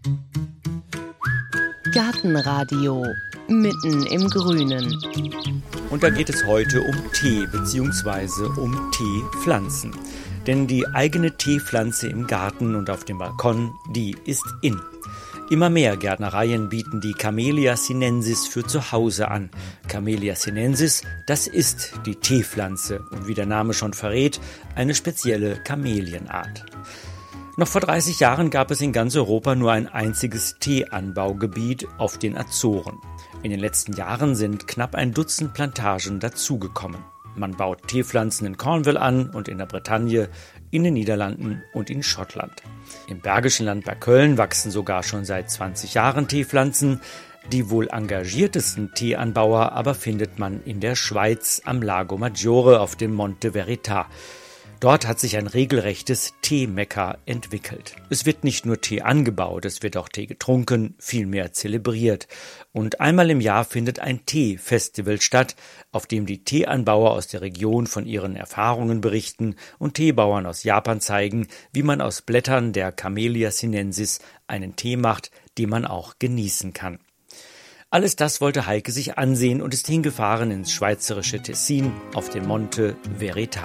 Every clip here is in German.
Gartenradio mitten im Grünen. Und da geht es heute um Tee bzw. um Teepflanzen. Denn die eigene Teepflanze im Garten und auf dem Balkon, die ist in. Immer mehr Gärtnereien bieten die Camellia sinensis für zu Hause an. Camellia sinensis, das ist die Teepflanze und wie der Name schon verrät, eine spezielle Kamelienart. Noch vor 30 Jahren gab es in ganz Europa nur ein einziges Teeanbaugebiet auf den Azoren. In den letzten Jahren sind knapp ein Dutzend Plantagen dazugekommen. Man baut Teepflanzen in Cornwall an und in der Bretagne, in den Niederlanden und in Schottland. Im Bergischen Land bei Köln wachsen sogar schon seit 20 Jahren Teepflanzen. Die wohl engagiertesten Teeanbauer aber findet man in der Schweiz am Lago Maggiore auf dem Monte Verità. Dort hat sich ein regelrechtes Teemekka entwickelt. Es wird nicht nur Tee angebaut, es wird auch Tee getrunken, vielmehr zelebriert. Und einmal im Jahr findet ein Tee-Festival statt, auf dem die Teeanbauer aus der Region von ihren Erfahrungen berichten und Teebauern aus Japan zeigen, wie man aus Blättern der Camellia sinensis einen Tee macht, den man auch genießen kann. Alles das wollte Heike sich ansehen und ist hingefahren ins schweizerische Tessin auf den Monte Verità.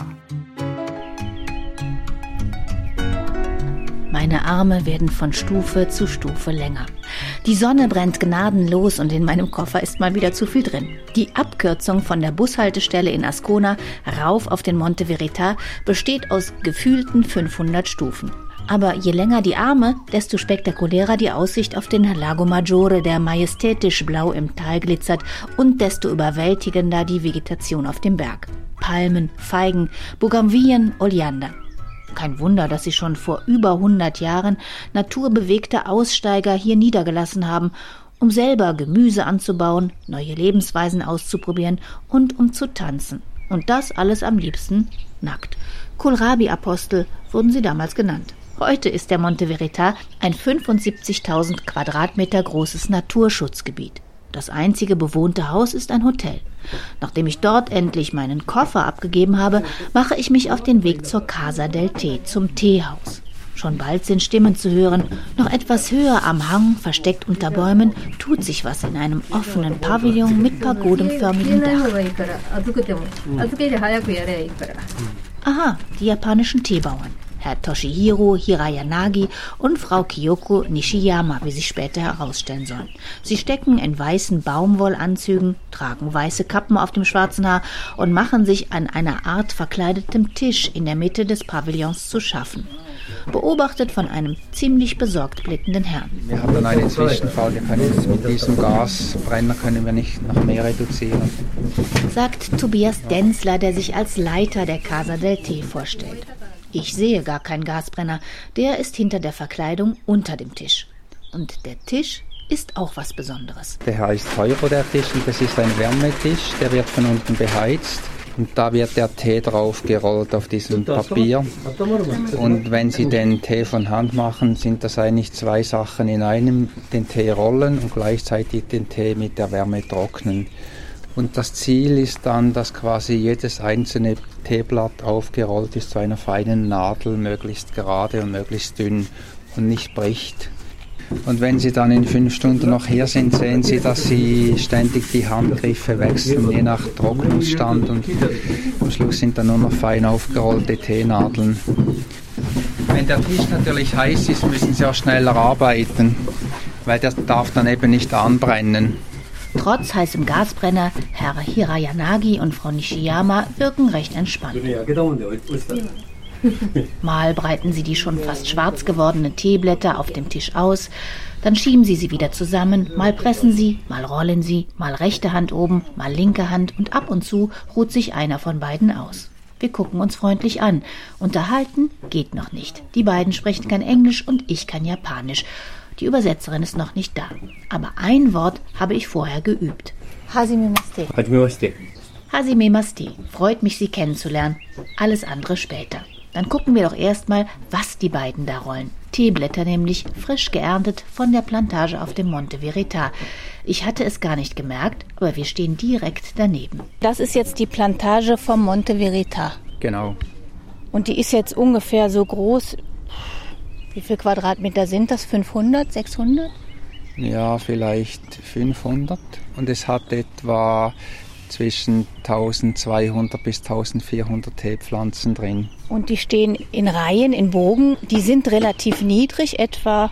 Meine Arme werden von Stufe zu Stufe länger. Die Sonne brennt gnadenlos und in meinem Koffer ist mal wieder zu viel drin. Die Abkürzung von der Bushaltestelle in Ascona rauf auf den Monte Verità besteht aus gefühlten 500 Stufen. Aber je länger die Arme, desto spektakulärer die Aussicht auf den Lago Maggiore, der majestätisch blau im Tal glitzert, und desto überwältigender die Vegetation auf dem Berg. Palmen, Feigen, Bougainvillen, Oleander. Kein Wunder, dass sich schon vor über 100 Jahren naturbewegte Aussteiger hier niedergelassen haben, um selber Gemüse anzubauen, neue Lebensweisen auszuprobieren und um zu tanzen. Und das alles am liebsten nackt. Kohlrabi-Apostel wurden sie damals genannt. Heute ist der Monte Verità ein 75.000 Quadratmeter großes Naturschutzgebiet. Das einzige bewohnte Haus ist ein Hotel. Nachdem ich dort endlich meinen Koffer abgegeben habe, mache ich mich auf den Weg zur Casa del Tè, zum Teehaus. Schon bald sind Stimmen zu hören. Noch etwas höher am Hang, versteckt unter Bäumen, tut sich was in einem offenen Pavillon mit pagodenförmigem Dach. Aha, die japanischen Teebauern. Herr Toshihiro Hirayanagi und Frau Kyoko Nishiyama, wie sich später herausstellen sollen. Sie stecken in weißen Baumwollanzügen, tragen weiße Kappen auf dem schwarzen Haar und machen sich an einer Art verkleidetem Tisch in der Mitte des Pavillons zu schaffen. Beobachtet von einem ziemlich besorgt blickenden Herrn. Wir haben dann einen Zwischenfall, wir können jetzt mit diesem Gasbrenner können wir nicht noch mehr reduzieren. Sagt Tobias Denzler, der sich als Leiter der Casa del Tè vorstellt. Ich sehe gar keinen Gasbrenner, der ist hinter der Verkleidung unter dem Tisch. Und der Tisch ist auch was Besonderes. Der heißt Heuro, der Tisch, und das ist ein Wärmetisch, der wird von unten beheizt. Und da wird der Tee drauf gerollt auf diesem Papier. Und wenn Sie den Tee von Hand machen, sind das eigentlich zwei Sachen in einem. Den Tee rollen und gleichzeitig den Tee mit der Wärme trocknen. Und das Ziel ist dann, dass quasi jedes einzelne Teeblatt aufgerollt ist zu einer feinen Nadel, möglichst gerade und möglichst dünn und nicht bricht. Und wenn Sie dann in 5 Stunden noch hier sind, sehen Sie, dass Sie ständig die Handgriffe wechseln, je nach Trocknungsstand. Und am Schluss sind dann nur noch fein aufgerollte Teenadeln. Wenn der Tisch natürlich heiß ist, müssen Sie auch schneller arbeiten, weil der darf dann eben nicht anbrennen. Trotz heißem Gasbrenner, Herr Hirayanagi und Frau Nishiyama wirken recht entspannt. Mal breiten sie die schon fast schwarz gewordenen Teeblätter auf dem Tisch aus, dann schieben sie sie wieder zusammen, mal pressen sie, mal rollen sie, mal rechte Hand oben, mal linke Hand und ab und zu ruht sich einer von beiden aus. Wir gucken uns freundlich an. Unterhalten geht noch nicht. Die beiden sprechen kein Englisch und ich kein Japanisch. Die Übersetzerin ist noch nicht da. Aber ein Wort habe ich vorher geübt. Hajimemashite. Hajimemashite. Hajimemashite. Freut mich, Sie kennenzulernen. Alles andere später. Dann gucken wir doch erstmal, was die beiden da rollen. Teeblätter nämlich, frisch geerntet von der Plantage auf dem Monte Verità. Ich hatte es gar nicht gemerkt, aber wir stehen direkt daneben. Das ist jetzt die Plantage vom Monte Verità. Genau. Und die ist jetzt ungefähr so groß Wie viele Quadratmeter sind das? 500, 600? Ja, vielleicht 500. Und es hat etwa zwischen 1200 bis 1400 Teepflanzen drin. Und die stehen in Reihen, in Bogen. Die sind relativ niedrig, etwa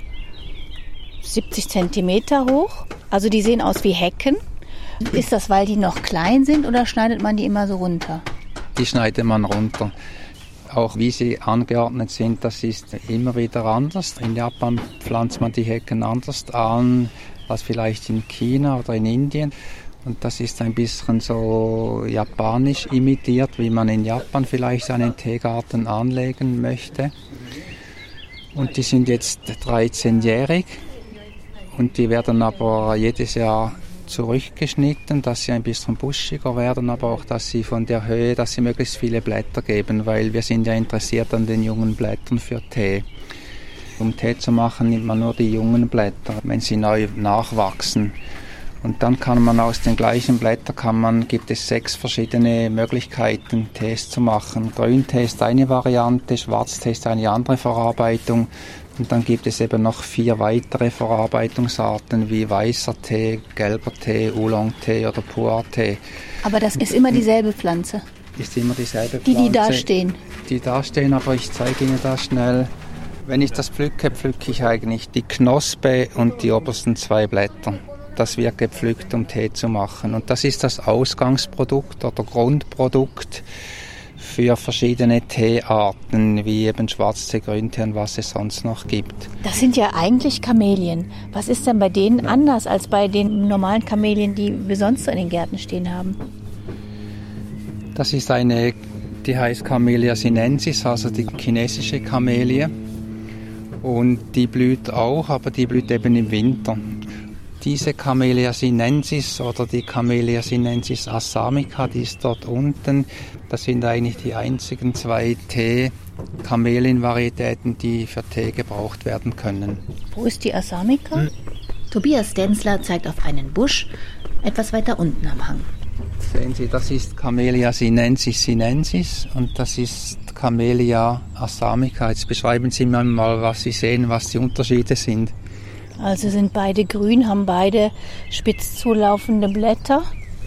70 Zentimeter hoch. Also die sehen aus wie Hecken. Ist das, weil die noch klein sind oder schneidet man die immer so runter? Die schneidet man runter. Auch wie sie angeordnet sind, das ist immer wieder anders. In Japan pflanzt man die Hecken anders an als vielleicht in China oder in Indien. Und das ist ein bisschen so japanisch imitiert, wie man in Japan vielleicht einen Teegarten anlegen möchte. Und die sind jetzt 13-jährig und die werden aber jedes Jahr zurückgeschnitten, dass sie ein bisschen buschiger werden, aber auch, dass sie von der Höhe, dass sie möglichst viele Blätter geben, weil wir sind ja interessiert an den jungen Blättern für Tee. Um Tee zu machen, nimmt man nur die jungen Blätter, wenn sie neu nachwachsen. Und dann kann man aus den gleichen Blättern gibt es 6 verschiedene Möglichkeiten, Tees zu machen. Grüntee ist eine Variante, Schwarztee ist eine andere Verarbeitung. Und dann gibt es eben noch 4 weitere Verarbeitungsarten wie weißer Tee, gelber Tee, Oolong-Tee oder Pu'er-Tee. Aber das ist immer dieselbe Pflanze? Ist immer dieselbe Pflanze. Die da stehen? Die da stehen, aber ich zeige Ihnen das schnell. Wenn ich das pflücke ich eigentlich die Knospe und die obersten 2 Blätter. Das wird gepflückt, um Tee zu machen. Und das ist das Ausgangsprodukt oder Grundprodukt für verschiedene Teearten, wie eben Schwarztee, Grüntee und was es sonst noch gibt. Das sind ja eigentlich Kamelien. Was ist denn bei denen anders als bei den normalen Kamelien, die wir sonst so in den Gärten stehen haben? Das ist die heißt Camellia sinensis, also die chinesische Kamelie. Und die blüht auch, aber die blüht eben im Winter. Diese Camellia sinensis oder die Camellia sinensis assamica, die ist dort unten, das sind eigentlich die einzigen 2 Kamelienvarietäten, die für Tee gebraucht werden können. Wo ist die Assamica? Tobias Denzler zeigt auf einen Busch, etwas weiter unten am Hang. Sehen Sie, das ist Camellia sinensis und das ist Camellia assamica. Jetzt beschreiben Sie mir mal, was Sie sehen, was die Unterschiede sind. Also sind beide grün, haben beide spitz zulaufende Blätter,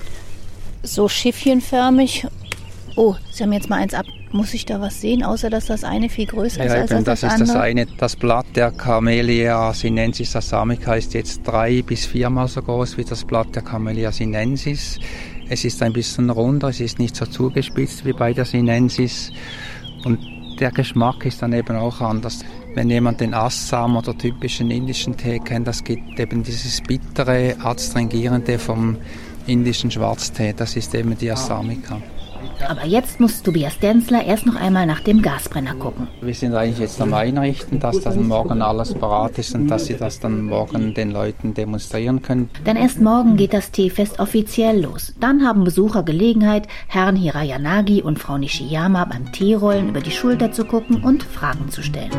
so schiffchenförmig. Oh, Sie haben jetzt mal eins ab. Muss ich da was sehen, außer dass das eine viel größer ist als das andere? Das ist das eine. Das Blatt der Camellia sinensis assamica ist jetzt 3 bis 4 Mal so groß wie das Blatt der Camellia sinensis. Es ist ein bisschen runder, es ist nicht so zugespitzt wie bei der Sinensis. Und der Geschmack ist dann eben auch anders. Wenn jemand den Assam oder typischen indischen Tee kennt, das gibt eben dieses bittere, adstringierende vom indischen Schwarztee. Das ist eben die Assamica. Aber jetzt muss Tobias Denzler erst noch einmal nach dem Gasbrenner gucken. Wir sind eigentlich jetzt am Einrichten, dass dann morgen alles parat ist und dass sie das dann morgen den Leuten demonstrieren können. Denn erst morgen geht das Teefest offiziell los. Dann haben Besucher Gelegenheit, Herrn Hirayanagi und Frau Nishiyama beim Teerollen über die Schulter zu gucken und Fragen zu stellen.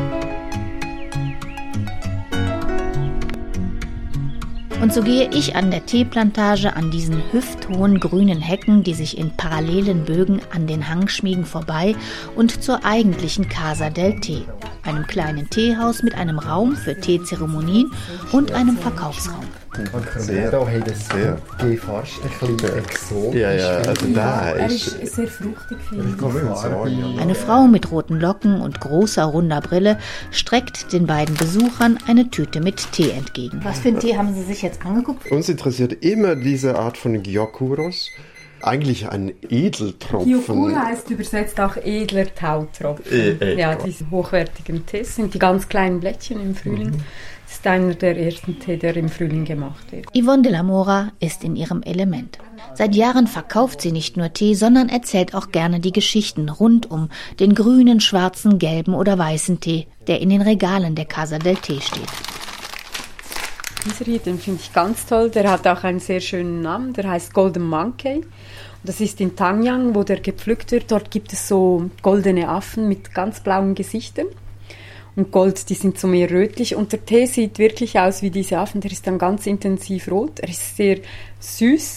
Und so gehe ich an der Teeplantage an diesen hüfthohen grünen Hecken, die sich in parallelen Bögen an den Hang schmiegen, vorbei und zur eigentlichen Casa del Tè, einem kleinen Teehaus mit einem Raum für Teezeremonien und einem Verkaufsraum. Cordero hat es fast ein bisschen exotisch. Ja, also der ist sehr fruchtig. Eine Frau mit roten Locken und großer, runder Brille streckt den beiden Besuchern eine Tüte mit Tee entgegen. Was für einen Tee haben Sie sich jetzt angeguckt? Uns interessiert immer diese Art von Gyokuros. Eigentlich ein Edeltropfen. Gyokuro heißt übersetzt auch edler Tautropfen. Ja, diese hochwertigen Tees sind die ganz kleinen Blättchen im Frühling. Das ist einer der ersten Tee, der im Frühling gemacht wird. Yvonne de la Mora ist in ihrem Element. Seit Jahren verkauft sie nicht nur Tee, sondern erzählt auch gerne die Geschichten rund um den grünen, schwarzen, gelben oder weißen Tee, der in den Regalen der Casa del Tè steht. Dieser hier, den finde ich ganz toll. Der hat auch einen sehr schönen Namen. Der heißt Golden Monkey. Das ist in Tanyang, wo der gepflückt wird. Dort gibt es so goldene Affen mit ganz blauen Gesichtern. Und Gold, die sind so mehr rötlich. Und der Tee sieht wirklich aus wie diese Affen. Der ist dann ganz intensiv rot. Er ist sehr süß,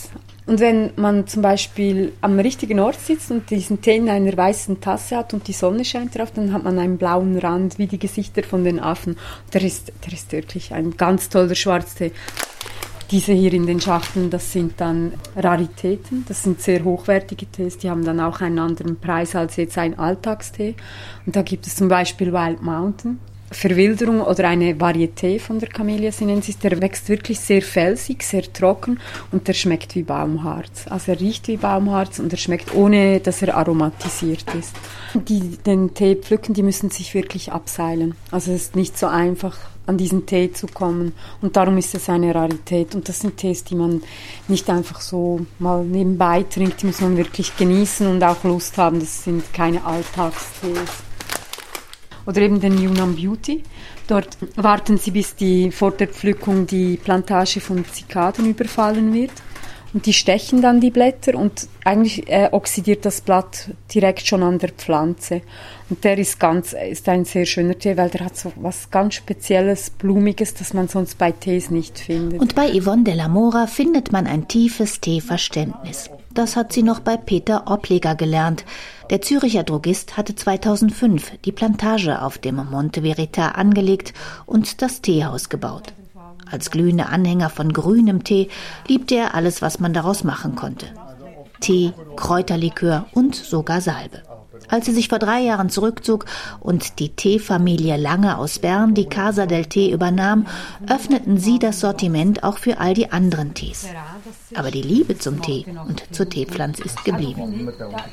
Und wenn man zum Beispiel am richtigen Ort sitzt und diesen Tee in einer weißen Tasse hat und die Sonne scheint drauf, dann hat man einen blauen Rand wie die Gesichter von den Affen. Der ist wirklich ein ganz toller Schwarztee. Diese hier in den Schachteln, das sind dann Raritäten, das sind sehr hochwertige Tees, die haben dann auch einen anderen Preis als jetzt ein Alltagstee. Und da gibt es zum Beispiel Wild Mountain. Verwilderung oder eine Varieté von der Camellia sinensis, der wächst wirklich sehr felsig, sehr trocken und der schmeckt wie Baumharz. Also er riecht wie Baumharz und er schmeckt, ohne dass er aromatisiert ist. Die den Tee pflücken, die müssen sich wirklich abseilen. Also es ist nicht so einfach, an diesen Tee zu kommen und darum ist es eine Rarität. Und das sind Tees, die man nicht einfach so mal nebenbei trinkt, die muss man wirklich genießen und auch Lust haben. Das sind keine Alltagstees. Oder eben den Yunnan Beauty. Dort warten sie, bis vor der Pflückung die Plantage von Zikaden überfallen wird. Und die stechen dann die Blätter und eigentlich oxidiert das Blatt direkt schon an der Pflanze. Und der ist ein sehr schöner Tee, weil der hat so was ganz Spezielles, Blumiges, das man sonst bei Tees nicht findet. Und bei Yvonne de la Mora findet man ein tiefes Teeverständnis. Das hat sie noch bei Peter Oppleger gelernt. Der Züricher Drogist hatte 2005 die Plantage auf dem Monte Verita angelegt und das Teehaus gebaut. Als glühender Anhänger von grünem Tee liebte er alles, was man daraus machen konnte. Tee, Kräuterlikör und sogar Salbe. Als sie sich vor 3 Jahren zurückzog und die Teefamilie Lange aus Bern die Casa del Tee übernahm, öffneten sie das Sortiment auch für all die anderen Tees. Aber die Liebe zum Tee und zur Teepflanze ist geblieben.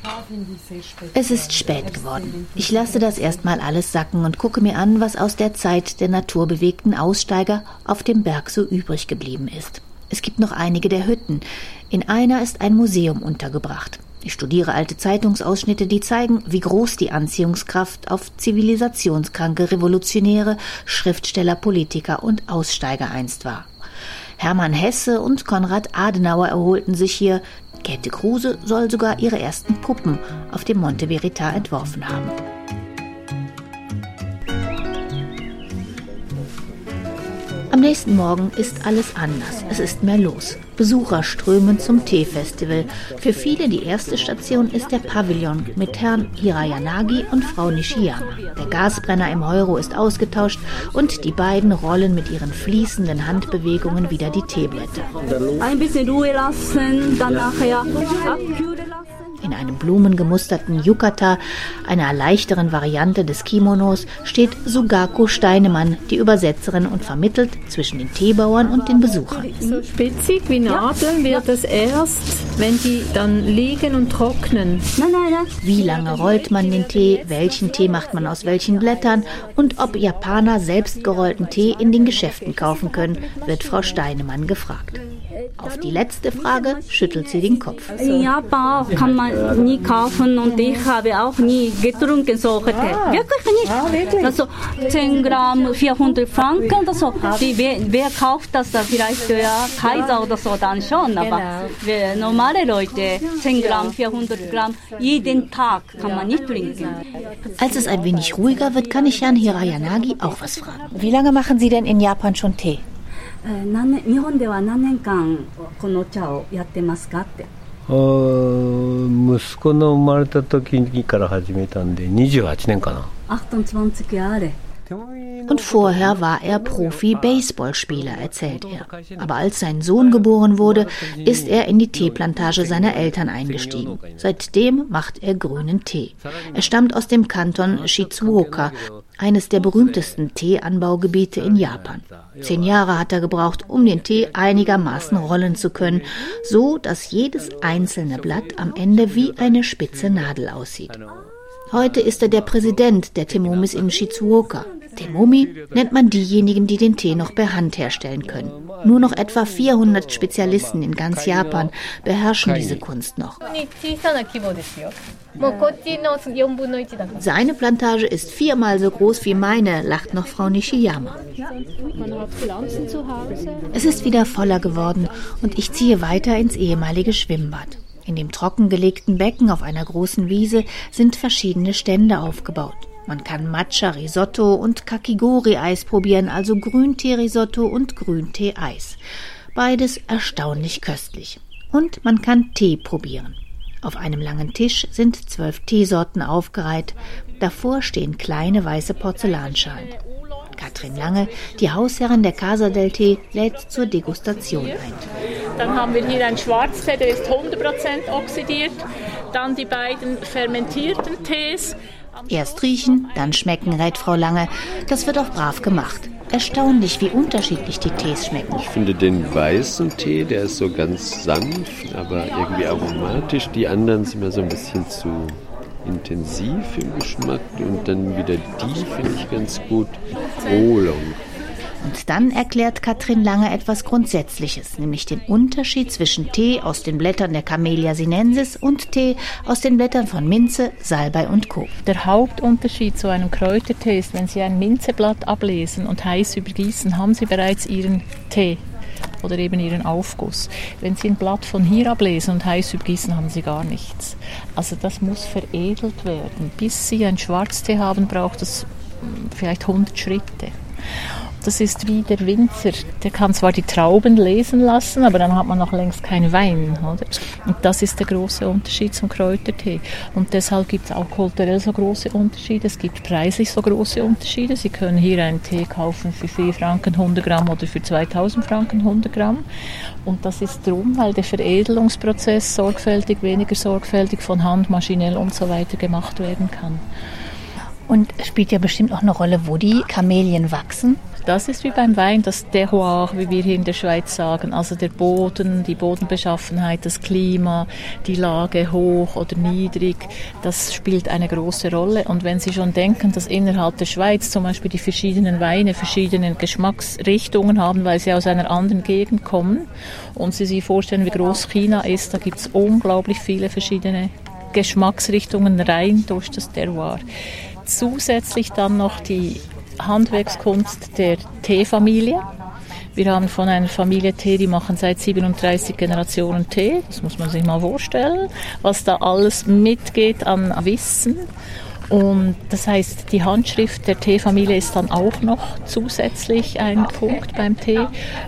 Es ist spät geworden. Ich lasse das erstmal alles sacken und gucke mir an, was aus der Zeit der naturbewegten Aussteiger auf dem Berg so übrig geblieben ist. Es gibt noch einige der Hütten. In einer ist ein Museum untergebracht. Ich studiere alte Zeitungsausschnitte, die zeigen, wie groß die Anziehungskraft auf zivilisationskranke Revolutionäre, Schriftsteller, Politiker und Aussteiger einst war. Hermann Hesse und Konrad Adenauer erholten sich hier. Käthe Kruse soll sogar ihre ersten Puppen auf dem Monte Verita entworfen haben. Am nächsten Morgen ist alles anders. Es ist mehr los. Besucher strömen zum Teefestival. Für viele die erste Station ist der Pavillon mit Herrn Hirayanagi und Frau Nishiyama. Der Gasbrenner im Heuro ist ausgetauscht und die beiden rollen mit ihren fließenden Handbewegungen wieder die Teeblätter. Ein bisschen Ruhe lassen, dann nachher abkühlen lassen. In einem blumengemusterten Yukata, einer leichteren Variante des Kimonos, steht Sugako Steinemann, die Übersetzerin, und vermittelt zwischen den Teebauern und den Besuchern. So spitzig wie Nadeln wird es erst, wenn die dann liegen und trocknen. Wie lange rollt man den Tee, welchen Tee macht man aus welchen Blättern und ob Japaner selbst gerollten Tee in den Geschäften kaufen können, wird Frau Steinemann gefragt. Auf die letzte Frage schüttelt sie den Kopf. In Japan kann man nie kaufen und ich habe auch nie getrunken solche Tee. Wirklich nicht. Wirklich? Also 10 Gramm, 400 Franken oder so. Wer kauft das da? Vielleicht Kaiser oder so dann schon. Aber normale Leute, 10 Gramm, 400 Gramm, jeden Tag kann man nicht trinken. Als es ein wenig ruhiger wird, kann ich Herrn Hirayanagi auch was fragen. Wie lange machen Sie denn in Japan schon Tee? 日本では何年間この茶をやってますかって。 息子の生まれた時から始めたんで28年かな。 28 Jahre. Und vorher war er Profi-Baseballspieler, erzählt er. Aber als sein Sohn geboren wurde, ist er in die Teeplantage seiner Eltern eingestiegen. Seitdem macht er grünen Tee. Er stammt aus dem Kanton Shizuoka, eines der berühmtesten Teeanbaugebiete in Japan. 10 Jahre hat er gebraucht, um den Tee einigermaßen rollen zu können, so dass jedes einzelne Blatt am Ende wie eine spitze Nadel aussieht. Heute ist er der Präsident der Temomis in Shizuoka. Temomi nennt man diejenigen, die den Tee noch per Hand herstellen können. Nur noch etwa 400 Spezialisten in ganz Japan beherrschen diese Kunst noch. Seine Plantage ist 4-mal so groß wie meine, lacht noch Frau Nishiyama. Es ist wieder voller geworden und ich ziehe weiter ins ehemalige Schwimmbad. In dem trockengelegten Becken auf einer großen Wiese sind verschiedene Stände aufgebaut. Man kann Matcha-Risotto und Kakigori-Eis probieren, also Grüntee-Risotto und Grüntee-Eis. Beides erstaunlich köstlich. Und man kann Tee probieren. Auf einem langen Tisch sind 12 Teesorten aufgereiht. Davor stehen kleine weiße Porzellanschalen. Katrin Lange, die Hausherrin der Casa del Tè, lädt zur Degustation ein. Dann haben wir hier einen Schwarztee, der ist 100% oxidiert. Dann die beiden fermentierten Tees. Erst riechen, dann schmecken, rät Frau Lange. Das wird auch brav gemacht. Erstaunlich, wie unterschiedlich die Tees schmecken. Ich finde den weißen Tee, der ist so ganz sanft, aber irgendwie aromatisch. Die anderen sind mir so ein bisschen zu intensiv im Geschmack. Und dann wieder die finde ich ganz gut. Oolong. Und dann erklärt Katrin Lange etwas Grundsätzliches, nämlich den Unterschied zwischen Tee aus den Blättern der Camellia sinensis und Tee aus den Blättern von Minze, Salbei und Co. Der Hauptunterschied zu einem Kräutertee ist, wenn Sie ein Minzeblatt ablesen und heiß übergießen, haben Sie bereits Ihren Tee oder eben Ihren Aufguss. Wenn Sie ein Blatt von hier ablesen und heiß übergießen, haben Sie gar nichts. Also das muss veredelt werden. Bis Sie einen Schwarztee haben, braucht es vielleicht 100 Schritte. Das ist wie der Winzer, der kann zwar die Trauben lesen lassen, aber dann hat man noch längst keinen Wein, oder? Und das ist der große Unterschied zum Kräutertee. Und deshalb gibt es auch kulturell so große Unterschiede, es gibt preislich so große Unterschiede. Sie können hier einen Tee kaufen für 4 Franken 100 Gramm oder für 2000 Franken 100 Gramm. Und das ist drum, weil der Veredelungsprozess weniger sorgfältig von Hand, maschinell und so weiter gemacht werden kann. Und es spielt ja bestimmt auch eine Rolle, wo die Kamelien wachsen. Das ist wie beim Wein, das Terroir, wie wir hier in der Schweiz sagen. Also der Boden, die Bodenbeschaffenheit, das Klima, die Lage hoch oder niedrig, das spielt eine große Rolle. Und wenn Sie schon denken, dass innerhalb der Schweiz zum Beispiel die verschiedenen Weine verschiedene Geschmacksrichtungen haben, weil sie aus einer anderen Gegend kommen und Sie sich vorstellen, wie groß China ist, da gibt es unglaublich viele verschiedene Geschmacksrichtungen rein durch das Terroir. Zusätzlich dann noch die Handwerkskunst der Teefamilie. Wir haben von einer Familie Tee, die machen seit 37 Generationen Tee. Das muss man sich mal vorstellen, was da alles mitgeht an Wissen. Und das heißt, die Handschrift der Teefamilie ist dann auch noch zusätzlich ein Punkt beim Tee.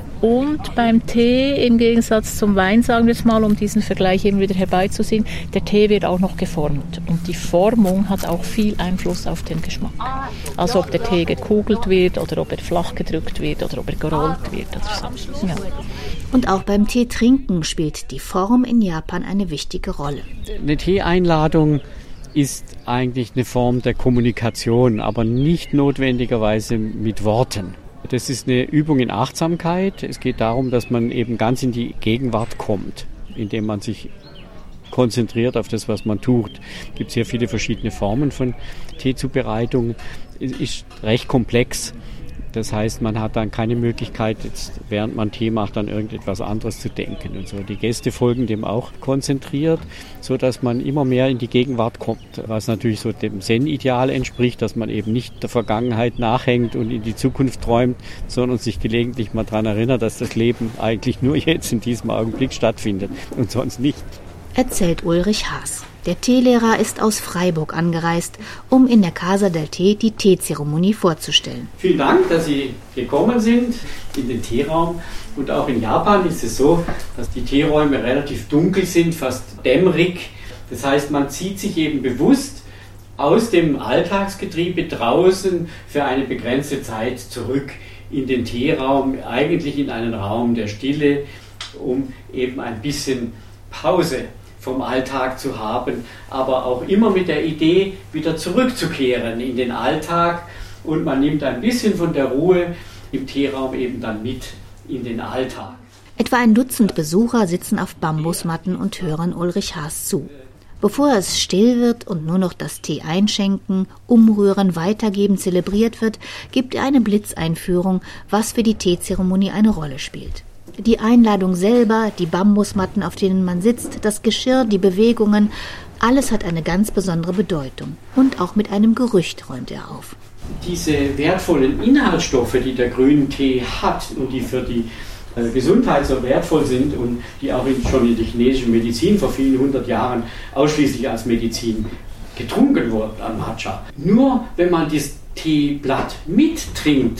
Und beim Tee, im Gegensatz zum Wein, sagen wir es mal, um diesen Vergleich eben wieder herbeizuziehen, der Tee wird auch noch geformt. Und die Formung hat auch viel Einfluss auf den Geschmack. Also ob der Tee gekugelt wird oder ob er flach gedrückt wird oder ob er gerollt wird oder so. Ja. Und auch beim Tee trinken spielt die Form in Japan eine wichtige Rolle. Eine Teeeinladung ist eigentlich eine Form der Kommunikation, aber nicht notwendigerweise mit Worten. Das ist eine Übung in Achtsamkeit. Es geht darum, dass man eben ganz in die Gegenwart kommt, indem man sich konzentriert auf das, was man tut. Es gibt sehr viele verschiedene Formen von Teezubereitung. Es ist recht komplex. Das heißt, man hat dann keine Möglichkeit, jetzt, während man Tee macht, dann irgendetwas anderes zu denken. Und so. Die Gäste folgen dem auch konzentriert, so dass man immer mehr in die Gegenwart kommt, was natürlich so dem Zen-Ideal entspricht, dass man eben nicht der Vergangenheit nachhängt und in die Zukunft träumt, sondern sich gelegentlich mal daran erinnert, dass das Leben eigentlich nur jetzt in diesem Augenblick stattfindet und sonst nicht. Erzählt Ulrich Haas. Der Teelehrer ist aus Freiburg angereist, um in der Casa del Tè die Teezeremonie vorzustellen. Vielen Dank, dass Sie gekommen sind in den Teeraum. Und auch in Japan ist es so, dass die Teeräume relativ dunkel sind, fast dämmerig. Das heißt, man zieht sich eben bewusst aus dem Alltagsgetriebe draußen für eine begrenzte Zeit zurück in den Teeraum, eigentlich in einen Raum der Stille, um eben ein bisschen Pause vom Alltag zu haben, aber auch immer mit der Idee, wieder zurückzukehren in den Alltag, und man nimmt ein bisschen von der Ruhe im Teeraum eben dann mit in den Alltag. Etwa ein Dutzend Besucher sitzen auf Bambusmatten und hören Ulrich Haas zu. Bevor es still wird und nur noch das Tee einschenken, umrühren, weitergeben zelebriert wird, gibt er eine Blitzeinführung, was für die Teezeremonie eine Rolle spielt. Die Einladung selber, die Bambusmatten, auf denen man sitzt, das Geschirr, die Bewegungen, alles hat eine ganz besondere Bedeutung. Und auch mit einem Gerücht räumt er auf. Diese wertvollen Inhaltsstoffe, die der grüne Tee hat und die für die Gesundheit so wertvoll sind und die auch schon in der chinesischen Medizin vor vielen 100 Jahren ausschließlich als Medizin getrunken wurden, am Matcha. Nur wenn man das Teeblatt mittrinkt,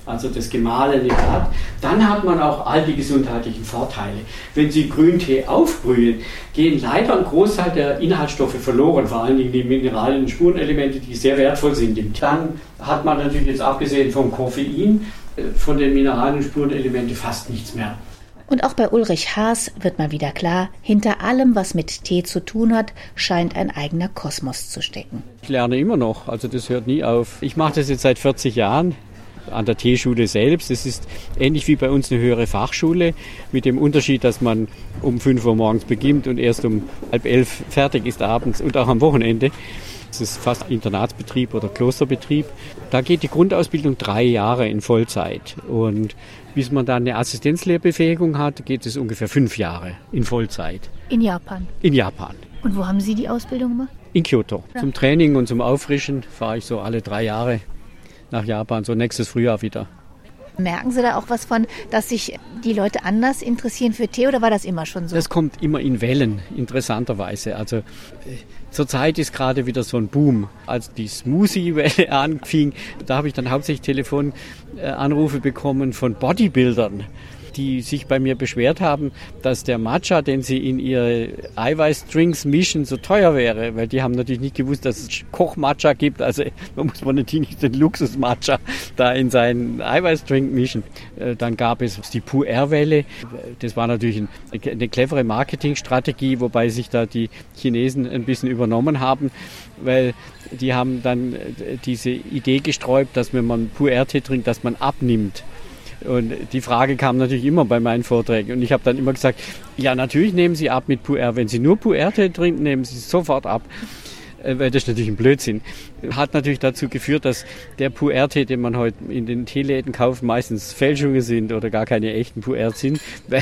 also das gemahlene Blatt, dann hat man auch all die gesundheitlichen Vorteile. Wenn Sie Grüntee aufbrühen, gehen leider ein Großteil der Inhaltsstoffe verloren, vor allen Dingen die Mineralien und Spurenelemente, die sehr wertvoll sind. Dann hat man natürlich jetzt abgesehen vom Koffein, von den Mineralien und Spurenelemente fast nichts mehr. Und auch bei Ulrich Haas wird mal wieder klar, hinter allem, was mit Tee zu tun hat, scheint ein eigener Kosmos zu stecken. Ich lerne immer noch, also das hört nie auf. Ich mache das jetzt seit 40 Jahren an der Teeschule selbst. Das ist ähnlich wie bei uns eine höhere Fachschule, mit dem Unterschied, dass man um 5 Uhr morgens beginnt und erst um 10:30 fertig ist abends und auch am Wochenende. Das ist fast Internatsbetrieb oder Klosterbetrieb. Da geht die Grundausbildung 3 Jahre in Vollzeit. Und bis man dann eine Assistenzlehrbefähigung hat, geht es ungefähr 5 Jahre in Vollzeit. In Japan? In Japan. Und wo haben Sie die Ausbildung gemacht? In Kyoto. Ja. Zum Training und zum Auffrischen fahre ich so alle 3 Jahre nach Japan, so nächstes Frühjahr wieder. Merken Sie da auch was von, dass sich die Leute anders interessieren für Tee oder war das immer schon so? Das kommt immer in Wellen, interessanterweise. Also zurzeit ist gerade wieder so ein Boom. Als die Smoothie-Welle anfing, da habe ich dann hauptsächlich Telefonanrufe bekommen von Bodybuildern, die sich bei mir beschwert haben, dass der Matcha, den sie in ihre Eiweißdrinks mischen, so teuer wäre, weil die haben natürlich nicht gewusst, dass es Koch-Matcha gibt, also man muss natürlich nicht den Luxus-Matcha da in seinen Eiweißdrink mischen. Dann gab es die Pu'er-Welle, das war natürlich eine clevere Marketingstrategie, wobei sich da die Chinesen ein bisschen übernommen haben, weil die haben dann diese Idee gesträubt, dass wenn man Pu'er-Tee trinkt, dass man abnimmt. Und die Frage kam natürlich immer bei meinen Vorträgen. Und ich habe dann immer gesagt, ja, natürlich nehmen Sie ab mit Pu'er. Wenn Sie nur Pu'er-Tee trinken, nehmen Sie sofort ab. Weil das ist natürlich ein Blödsinn. Hat natürlich dazu geführt, dass der Pu'er-Tee, den man heute in den Teeläden kauft, meistens Fälschungen sind oder gar keine echten Pu'er sind. Weil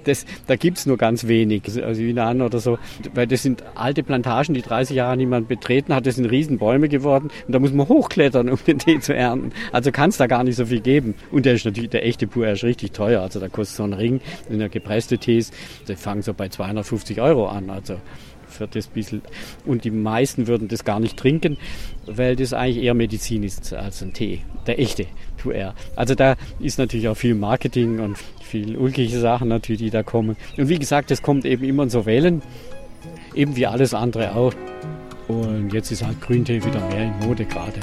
da gibt's nur ganz wenig, also Yunnan oder so. Weil das sind alte Plantagen, die 30 Jahre niemand betreten hat. Das sind riesen Bäume geworden und da muss man hochklettern, um den Tee zu ernten. Also kann es da gar nicht so viel geben. Und der echte Pu'er ist richtig teuer. Also da kostet so ein Ring, sind ja gepresste Tees, die fangen so bei 250 € an. Also für das bisschen. Und die meisten würden das gar nicht trinken, weil das eigentlich eher Medizin ist als ein Tee, der echte Pu'er. Also da ist natürlich auch viel Marketing und viel ulkige Sachen natürlich, die da kommen. Und wie gesagt, das kommt eben immer in so Wellen, eben wie alles andere auch. Und jetzt ist halt Grüntee wieder mehr in Mode gerade.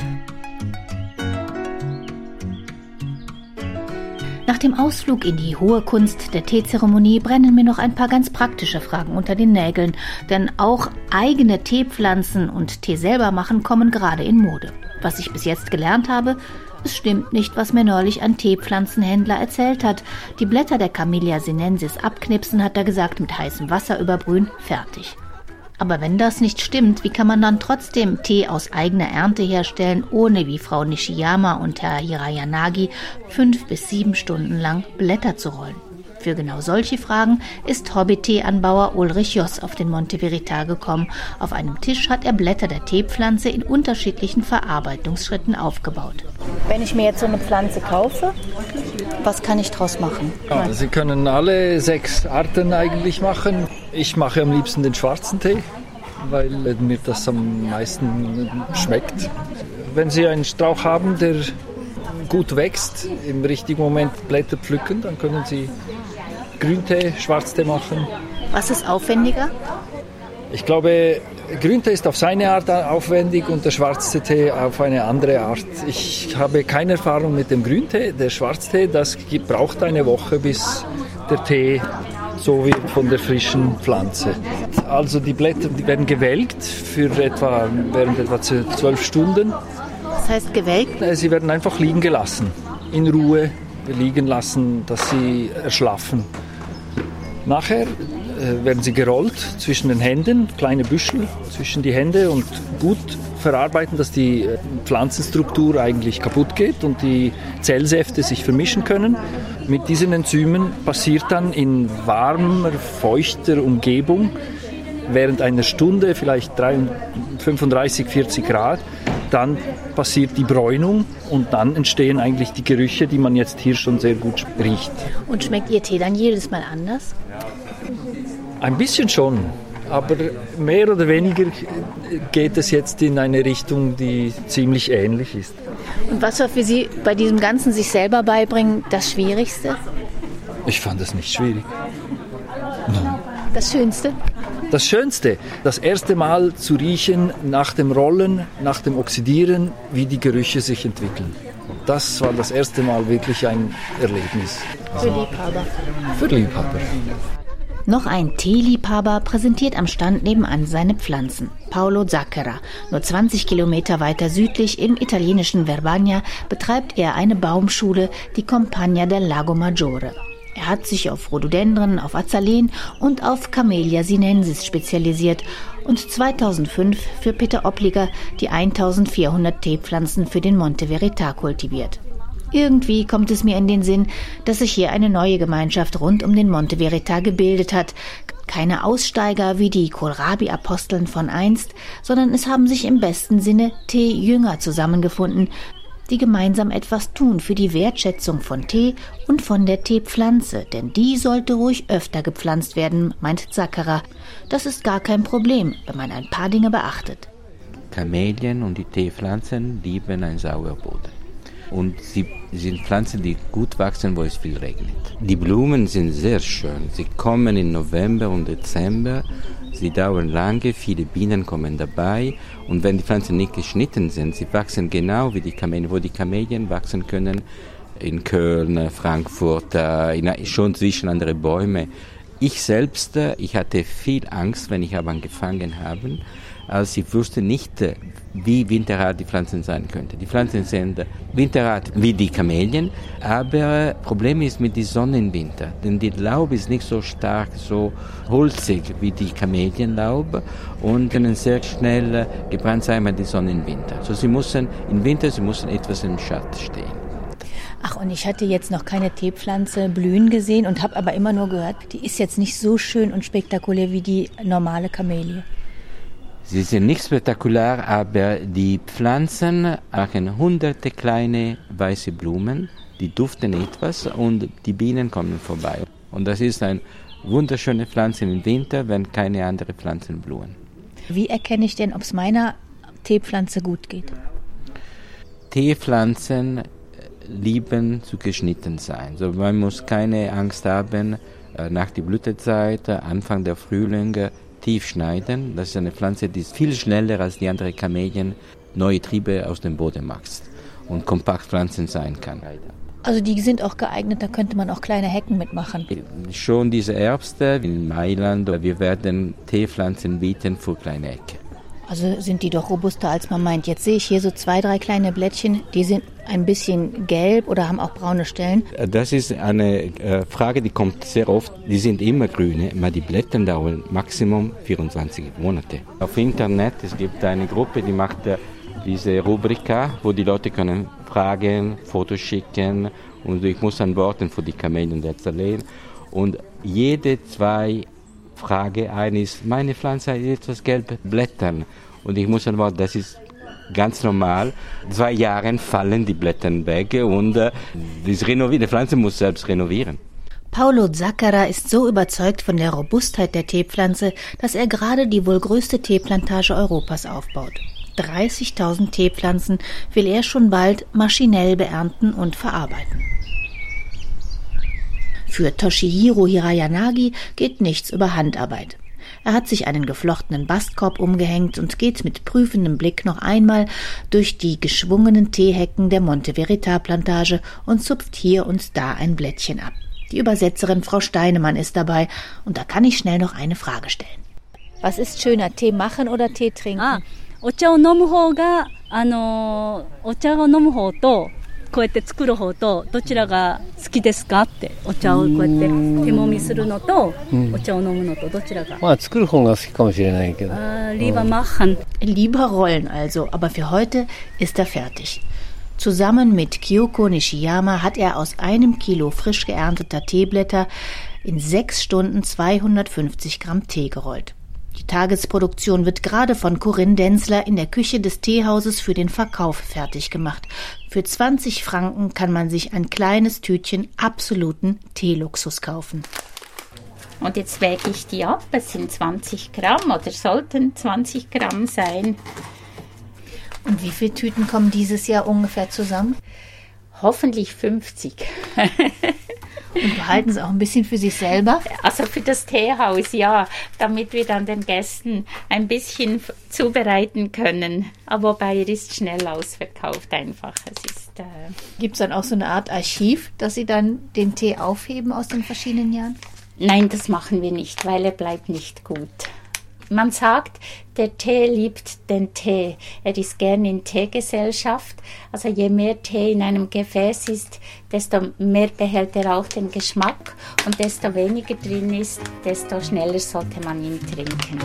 Nach dem Ausflug in die hohe Kunst der Teezeremonie brennen mir noch ein paar ganz praktische Fragen unter den Nägeln, denn auch eigene Teepflanzen und Tee selber machen kommen gerade in Mode. Was ich bis jetzt gelernt habe, es stimmt nicht, was mir neulich ein Teepflanzenhändler erzählt hat. Die Blätter der Camellia sinensis abknipsen, hat er gesagt, mit heißem Wasser überbrühen, fertig. Aber wenn das nicht stimmt, wie kann man dann trotzdem Tee aus eigener Ernte herstellen, ohne wie Frau Nishiyama und Herr Hirayanagi 5 bis 7 Stunden lang Blätter zu rollen? Für genau solche Fragen ist Hobby-Teeanbauer Ulrich Joss auf den Monte Verita gekommen. Auf einem Tisch hat er Blätter der Teepflanze in unterschiedlichen Verarbeitungsschritten aufgebaut. Wenn ich mir jetzt so eine Pflanze kaufe, was kann ich draus machen? Ja, Sie können alle 6 Arten eigentlich machen. Ich mache am liebsten den schwarzen Tee, weil mir das am meisten schmeckt. Wenn Sie einen Strauch haben, der gut wächst, im richtigen Moment Blätter pflücken, dann können Sie Grüntee, Schwarztee machen. Was ist aufwendiger? Ich glaube, Grüntee ist auf seine Art aufwendig und der schwarze Tee auf eine andere Art. Ich habe keine Erfahrung mit dem Grüntee. Der Schwarztee, das braucht eine Woche, bis der Tee so wird von der frischen Pflanze. Also die Blätter, die werden gewelkt während etwa 12 Stunden. Das heißt gewelkt? Sie werden einfach liegen gelassen, in Ruhe liegen lassen, dass sie erschlaffen. Nachher werden sie gerollt zwischen den Händen, kleine Büschel zwischen die Hände und gut verarbeiten, dass die Pflanzenstruktur eigentlich kaputt geht und die Zellsäfte sich vermischen können. Mit diesen Enzymen passiert dann in warmer, feuchter Umgebung während einer Stunde, vielleicht 35, 40 Grad, dann passiert die Bräunung und dann entstehen eigentlich die Gerüche, die man jetzt hier schon sehr gut riecht. Und schmeckt Ihr Tee dann jedes Mal anders? Ein bisschen schon, aber mehr oder weniger geht es jetzt in eine Richtung, die ziemlich ähnlich ist. Und was war für Sie bei diesem ganzen sich selber beibringen das Schwierigste? Ich fand es nicht schwierig. Das Schönste? Das Schönste, das erste Mal zu riechen nach dem Rollen, nach dem Oxidieren, wie die Gerüche sich entwickeln. Das war das erste Mal wirklich ein Erlebnis. Für Liebhaber. Für Liebhaber. Noch ein Teeliebhaber präsentiert am Stand nebenan seine Pflanzen. Paolo Zacchera. Nur 20 Kilometer weiter südlich im italienischen Verbania betreibt er eine Baumschule, die Compagna del Lago Maggiore. Er hat sich auf Rhododendren, auf Azaleen und auf Camellia sinensis spezialisiert und 2005 für Peter Opliger die 1400 Teepflanzen für den Monte Verità kultiviert. Irgendwie kommt es mir in den Sinn, dass sich hier eine neue Gemeinschaft rund um den Monte Verità gebildet hat. Keine Aussteiger wie die Kohlrabi-Aposteln von einst, sondern es haben sich im besten Sinne Teejünger zusammengefunden, die gemeinsam etwas tun für die Wertschätzung von Tee und von der Teepflanze, denn die sollte ruhig öfter gepflanzt werden, meint Zacchera. Das ist gar kein Problem, wenn man ein paar Dinge beachtet. Kamelien und die Teepflanzen lieben einen sauren Boden. Und sie sind Pflanzen, die gut wachsen, wo es viel regnet. Die Blumen sind sehr schön. Sie kommen im November und Dezember. Sie dauern lange, viele Bienen kommen dabei. Und wenn die Pflanzen nicht geschnitten sind, sie wachsen genau wie die Kamelien, wo die Kamelien wachsen können. In Köln, Frankfurt, schon zwischen andere Bäume. Ich selbst, ich hatte viel Angst, wenn ich aber angefangen habe, als ich wusste nicht, wie winterhart die Pflanzen sein könnten. Die Pflanzen sind winterhart wie die Kamelien, aber Problem ist mit der Sonne im Winter, denn die Laub ist nicht so stark, so holzig wie die Kamelienlaub und können sehr schnell gebrannt sein bei der Sonne im Winter. So sie müssen etwas im Schatten stehen. Ach, und ich hatte jetzt noch keine Teepflanze blühen gesehen und habe aber immer nur gehört, die ist jetzt nicht so schön und spektakulär wie die normale Kamelie. Sie sind nicht spektakulär, aber die Pflanzen machen hunderte kleine weiße Blumen, die duften etwas und die Bienen kommen vorbei. Und das ist eine wunderschöne Pflanze im Winter, wenn keine anderen Pflanzen blühen. Wie erkenne ich denn, ob es meiner Teepflanze gut geht? Teepflanzen lieben zu geschnitten sein. Also man muss keine Angst haben, nach der Blütezeit, Anfang der Frühling, tief schneiden. Das ist eine Pflanze, die viel schneller als die anderen Kamelien neue Triebe aus dem Boden macht und kompakt Pflanzen sein kann. Also die sind auch geeignet, da könnte man auch kleine Hecken mitmachen. Schon diese Herbst in Mailand, wir werden Teepflanzen bieten für kleine Hecken. Also sind die doch robuster, als man meint. Jetzt sehe ich hier so 2, 3 kleine Blättchen, die sind ein bisschen gelb oder haben auch braune Stellen. Das ist eine Frage, die kommt sehr oft. Die sind immer grüne, aber die Blätter dauern maximum 24 Monate. Auf Internet, es gibt eine Gruppe, die macht diese Rubrika, wo die Leute können Fragen, Fotos schicken und ich muss antworten für die Kamelien der Azaleen. Und jede 2 Frage eine ist, meine Pflanze hat etwas gelbe Blätter. Und ich muss antworten, das ist ganz normal. 2 Jahre fallen die Blätter weg und die Pflanze muss selbst renovieren. Paolo Zacchera ist so überzeugt von der Robustheit der Teepflanze, dass er gerade die wohl größte Teeplantage Europas aufbaut. 30.000 Teepflanzen will er schon bald maschinell beernten und verarbeiten. Für Toshihiro Hirayanagi geht nichts über Handarbeit. Er hat sich einen geflochtenen Bastkorb umgehängt und geht mit prüfendem Blick noch einmal durch die geschwungenen Teehecken der Monte Verità Plantage und zupft hier und da ein Blättchen ab. Die Übersetzerin Frau Steinemann ist dabei und da kann ich schnell noch eine Frage stellen. Was ist schöner, Tee machen oder Tee trinken? お茶を飲む方がお茶を飲む方とこうやって作る方とどちらが好きですかってお茶をこうやって手揉みするのとお茶を飲むのとどちらがまあ作る方が好きかもしれないけど lieber machen. Lieber rollen also, aber für heute ist er fertig. Zusammen mit Kyoko Nishiyama hat er aus 1 Kilo frisch geernteter Teeblätter in 6 Stunden 250 Gramm Tee gerollt. Die Tagesproduktion wird gerade von Corinne Denzler in der Küche des Teehauses für den Verkauf fertig gemacht. Für 20 Franken kann man sich ein kleines Tütchen absoluten Teeluxus kaufen. Und jetzt wäge ich die ab. Es sind 20 Gramm oder sollten 20 Gramm sein. Und wie viele Tüten kommen dieses Jahr ungefähr zusammen? Hoffentlich 50. Und behalten Sie auch ein bisschen für sich selber? Also für das Teehaus, ja, damit wir dann den Gästen ein bisschen zubereiten können. Aber wobei er ist schnell ausverkauft einfach. Gibt es dann auch so eine Art Archiv, dass Sie dann den Tee aufheben aus den verschiedenen Jahren? Nein, das machen wir nicht, weil er bleibt nicht gut. Man sagt, der Tee liebt den Tee. Er ist gern in Teegesellschaft. Also je mehr Tee in einem Gefäß ist, desto mehr behält er auch den Geschmack. Und desto weniger drin ist, desto schneller sollte man ihn trinken.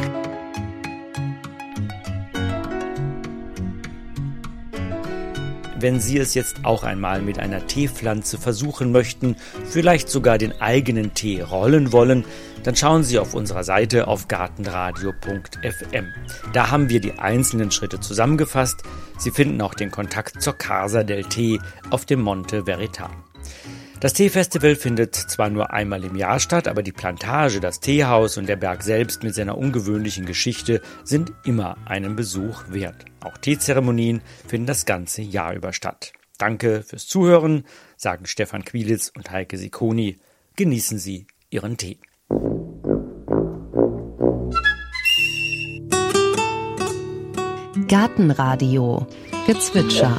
Wenn Sie es jetzt auch einmal mit einer Teepflanze versuchen möchten, vielleicht sogar den eigenen Tee rollen wollen, dann schauen Sie auf unserer Seite auf gartenradio.fm. Da haben wir die einzelnen Schritte zusammengefasst. Sie finden auch den Kontakt zur Casa del Tee auf dem Monte Verità. Das Teefestival findet zwar nur einmal im Jahr statt, aber die Plantage, das Teehaus und der Berg selbst mit seiner ungewöhnlichen Geschichte sind immer einen Besuch wert. Auch Teezeremonien finden das ganze Jahr über statt. Danke fürs Zuhören, sagen Stefan Quilitz und Heike Sicconi. Genießen Sie Ihren Tee. Gartenradio Gezwitscher.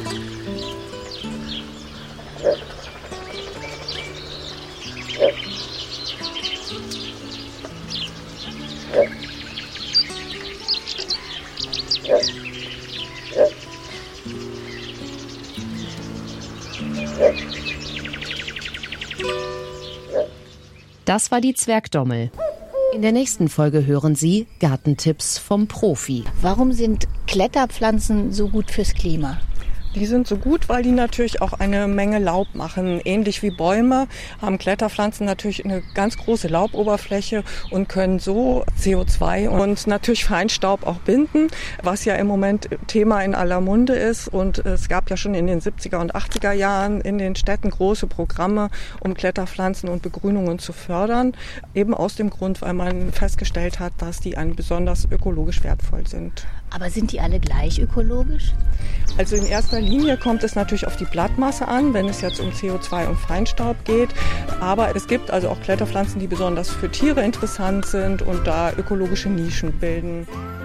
Das war die Zwergdommel. In der nächsten Folge hören Sie Gartentipps vom Profi. Warum sind Kletterpflanzen so gut fürs Klima? Die sind so gut, weil die natürlich auch eine Menge Laub machen. Ähnlich wie Bäume haben Kletterpflanzen natürlich eine ganz große Lauboberfläche und können so CO2 und natürlich Feinstaub auch binden, was ja im Moment Thema in aller Munde ist. Und es gab ja schon in den 70er und 80er Jahren in den Städten große Programme, um Kletterpflanzen und Begrünungen zu fördern. Eben aus dem Grund, weil man festgestellt hat, dass die besonders ökologisch wertvoll sind. Aber sind die alle gleich ökologisch? Also in erster Linie kommt es natürlich auf die Blattmasse an, wenn es jetzt um CO2 und Feinstaub geht. Aber es gibt also auch Kletterpflanzen, die besonders für Tiere interessant sind und da ökologische Nischen bilden.